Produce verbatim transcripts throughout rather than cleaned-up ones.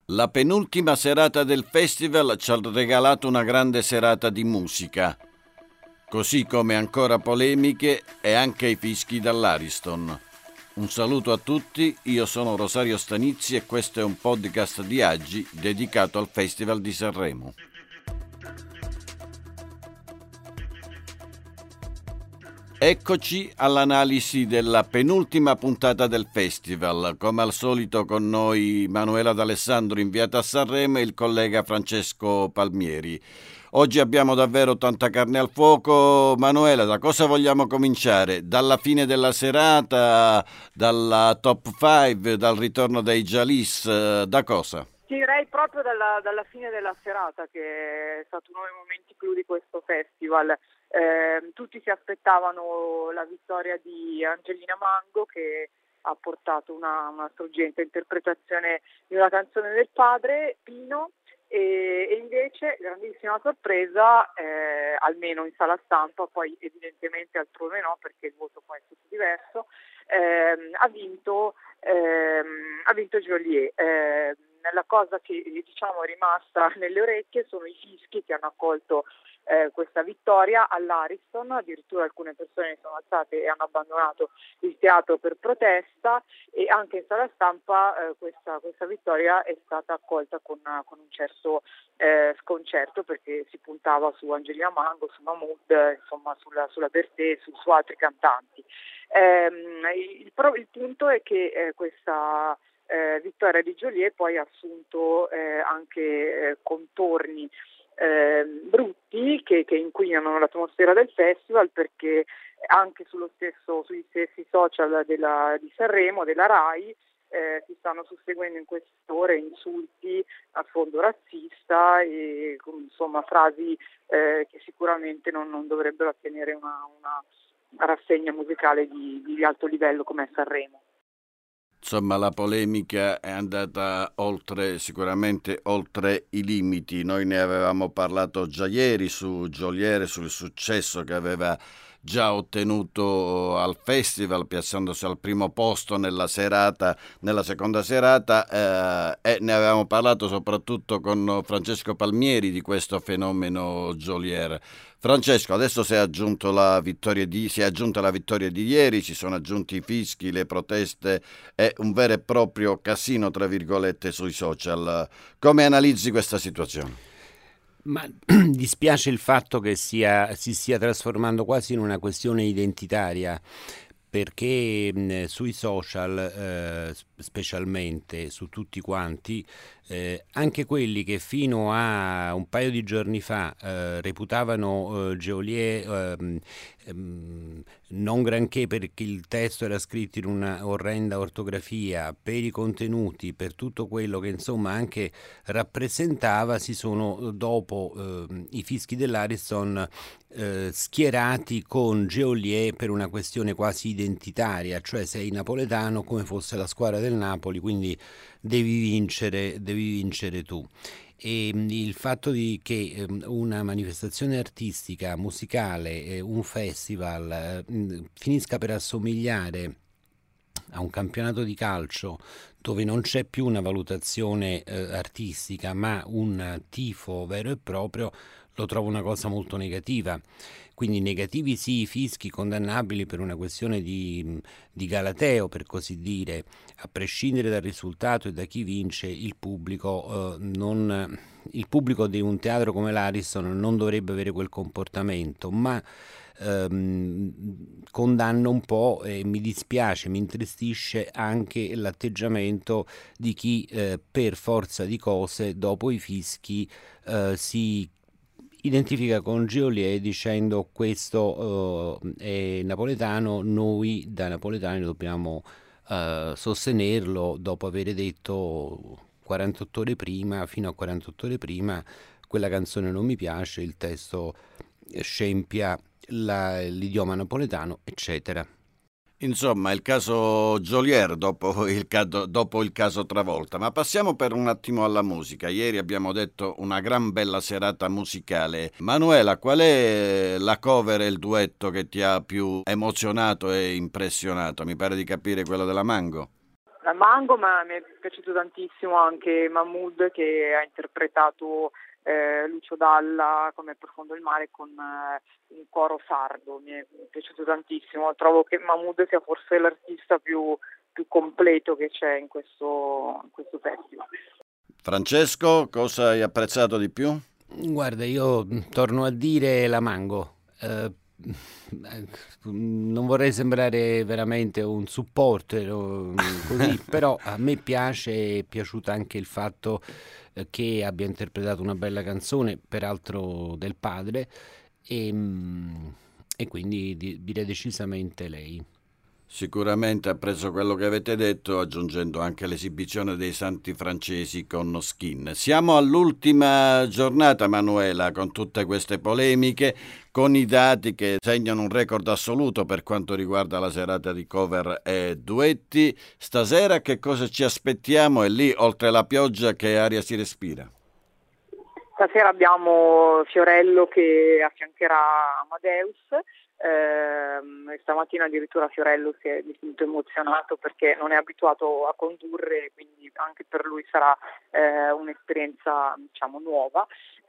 La penultima serata del festival ci ha regalato una grande serata di musica, così come ancora polemiche e anche i fischi dall'Ariston. Un saluto a tutti, io sono Rosario Stanizzi e questo è un podcast di Agi dedicato al Festival di Sanremo. Eccoci all'analisi della penultima puntata del festival. Come al solito con noi Manuela D'Alessandro, inviata a Sanremo, e il collega Francesco Palmieri. Oggi abbiamo davvero tanta carne al fuoco. Manuela, da cosa vogliamo cominciare? Dalla fine della serata, dalla top cinque, dal ritorno dei Jalis, da cosa? Direi proprio dalla, dalla fine della serata, che è stato uno dei momenti clou di questo festival. Eh, tutti si aspettavano la vittoria di Angelina Mango, che ha portato una, una struggente interpretazione di una canzone del padre Pino, e, e invece grandissima sorpresa, eh, almeno in sala stampa, poi evidentemente altrove no, perché il voto poi è tutto diverso, ehm, ha vinto ehm, ha vinto Geolier. Eh, la cosa che diciamo è rimasta nelle orecchie sono i fischi che hanno accolto eh, questa vittoria all'Ariston. Addirittura alcune persone sono alzate e hanno abbandonato il teatro per protesta, e anche in sala stampa eh, questa, questa vittoria è stata accolta con, con un certo eh, sconcerto, perché si puntava su Angelina Mango, su Mahmood, insomma sulla, sulla Bertè, su, su altri cantanti. Eh, il, il punto è che eh, questa Eh, vittoria di Geolier poi ha assunto eh, anche eh, contorni eh, brutti che, che inquinano l'atmosfera del festival, perché anche sullo stesso, sugli stessi social della, di Sanremo, della RAI, eh, si stanno susseguendo in queste ore insulti a sfondo razzista e insomma frasi eh, che sicuramente non, non dovrebbero ottenere una, una rassegna musicale di, di alto livello come è Sanremo. Insomma, la polemica è andata oltre, sicuramente oltre i limiti. Noi ne avevamo parlato già ieri su Geolier, sul successo che aveva già ottenuto al festival, piazzandosi al primo posto nella serata, nella seconda serata, eh, e ne avevamo parlato soprattutto con Francesco Palmieri di questo fenomeno Geolier. Francesco, adesso si è aggiunto la vittoria di, si è aggiunta la vittoria di ieri, ci sono aggiunti i fischi, le proteste e un vero e proprio casino, tra virgolette, sui social. Come analizzi questa situazione? Ma dispiace il fatto che sia, si stia trasformando quasi in una questione identitaria, perché mh, sui social, eh, specialmente su tutti quanti, eh, anche quelli che fino a un paio di giorni fa eh, reputavano eh, Geolier ehm, ehm, non granché perché il testo era scritto in una orrenda ortografia, per i contenuti, per tutto quello che insomma anche rappresentava, si sono dopo eh, i fischi dell'Ariston eh, schierati con Geolier per una questione quasi identitaria, cioè sei napoletano come fosse la squadra del Napoli, quindi devi vincere, devi vincere tu. E il fatto di che una manifestazione artistica, musicale, un festival finisca per assomigliare a un campionato di calcio dove non c'è più una valutazione eh, artistica ma un tifo vero e proprio, lo trovo una cosa molto negativa. Quindi negativi sì, i fischi condannabili per una questione di, di galateo, per così dire, a prescindere dal risultato e da chi vince, il pubblico, eh, non, il pubblico di un teatro come l'Ariston non dovrebbe avere quel comportamento, ma ehm, condanno un po' e mi dispiace, mi intristisce anche l'atteggiamento di chi eh, per forza di cose dopo i fischi eh, si identifica con Geolier dicendo questo uh, è napoletano, noi da napoletani dobbiamo uh, sostenerlo, dopo aver detto quarantotto ore prima, fino a quarantotto ore prima, quella canzone non mi piace, il testo scempia la, l'idioma napoletano, eccetera. Insomma, il caso Geolier dopo il, dopo il caso Travolta. Ma passiamo per un attimo alla musica. Ieri abbiamo detto una gran bella serata musicale. Manuela, qual è la cover e il duetto che ti ha più emozionato e impressionato? Mi pare di capire quello della Mango. La Mango, ma mi è piaciuto tantissimo anche Mahmood, che ha interpretato eh, Lucio Dalla come Profondo il mare con eh, un coro sardo. Mi è piaciuto tantissimo. Trovo che Mahmood sia forse l'artista più, più completo che c'è in questo, in questo festival. Francesco, cosa hai apprezzato di più? Guarda, io torno a dire la Mango. Eh, non vorrei sembrare veramente un supporter o così, però a me piace, è piaciuto anche il fatto eh, che abbia interpretato una bella canzone, peraltro del padre, e, e quindi di- direi decisamente lei. Sicuramente ha preso quello che avete detto, aggiungendo anche l'esibizione dei Santi Francesi con Skin. Siamo all'ultima giornata, Manuela, con tutte queste polemiche, con i dati che segnano un record assoluto per quanto riguarda la serata di cover e duetti. Stasera che cosa ci aspettiamo? E lì, oltre la pioggia, che aria si respira? Stasera abbiamo Fiorello che affiancherà Amadeus. Eh, stamattina addirittura Fiorello si è molto emozionato perché non è abituato a condurre, quindi anche per lui sarà eh, un'esperienza, diciamo, nuova.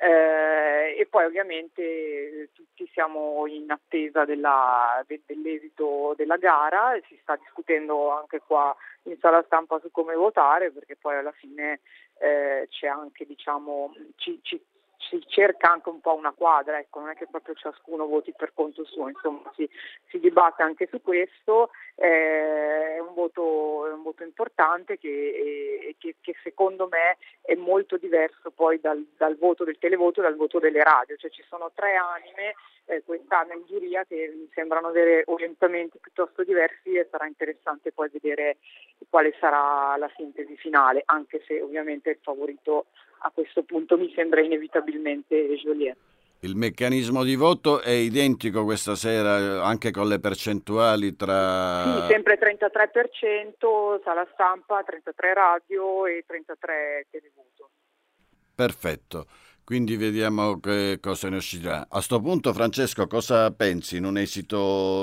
Eh, e poi ovviamente tutti siamo in attesa della, de, dell'esito della gara, e si sta discutendo anche qua in sala stampa su come votare, perché poi alla fine eh, c'è anche, diciamo, ci, ci si cerca anche un po' una quadra, ecco, non è che proprio ciascuno voti per conto suo, insomma si, si dibatte anche su questo. Eh, è un voto, è un voto importante che, eh, che, che secondo me è molto diverso poi dal, dal voto del televoto e dal voto delle radio, cioè ci sono tre anime eh, quest'anno in giuria che mi sembrano avere orientamenti piuttosto diversi, e sarà interessante poi vedere quale sarà la sintesi finale, anche se ovviamente il favorito a questo punto mi sembra inevitabilmente Geolier. Il meccanismo di voto è identico questa sera anche con le percentuali tra... Sì, sempre trentatré per cento sala stampa, trentatré radio e trentatré televoto. Perfetto, quindi vediamo che cosa ne uscirà. A sto punto, Francesco, cosa pensi? In un esito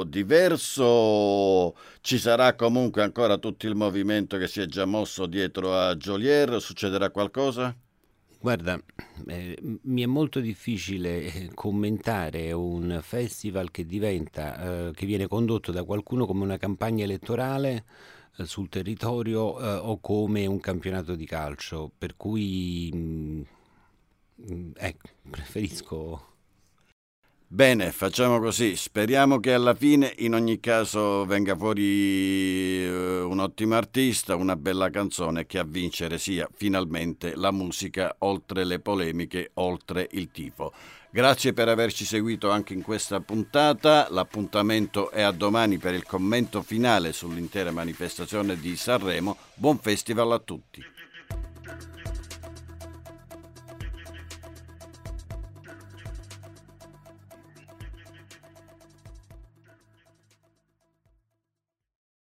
diverso? Ci sarà comunque ancora tutto il movimento che si è già mosso dietro a Geolier? Succederà qualcosa? Guarda, eh, mi è molto difficile eh, commentare un festival che diventa, eh, che viene condotto da qualcuno come una campagna elettorale eh, sul territorio eh, o come un campionato di calcio, per cui mh, mh, ecco, preferisco. Bene, facciamo così. Speriamo che alla fine, in ogni caso, venga fuori eh, un ottimo artista, una bella canzone, che a vincere sia finalmente la musica, oltre le polemiche, oltre il tifo. Grazie per averci seguito anche in questa puntata. L'appuntamento è a domani per il commento finale sull'intera manifestazione di Sanremo. Buon festival a tutti.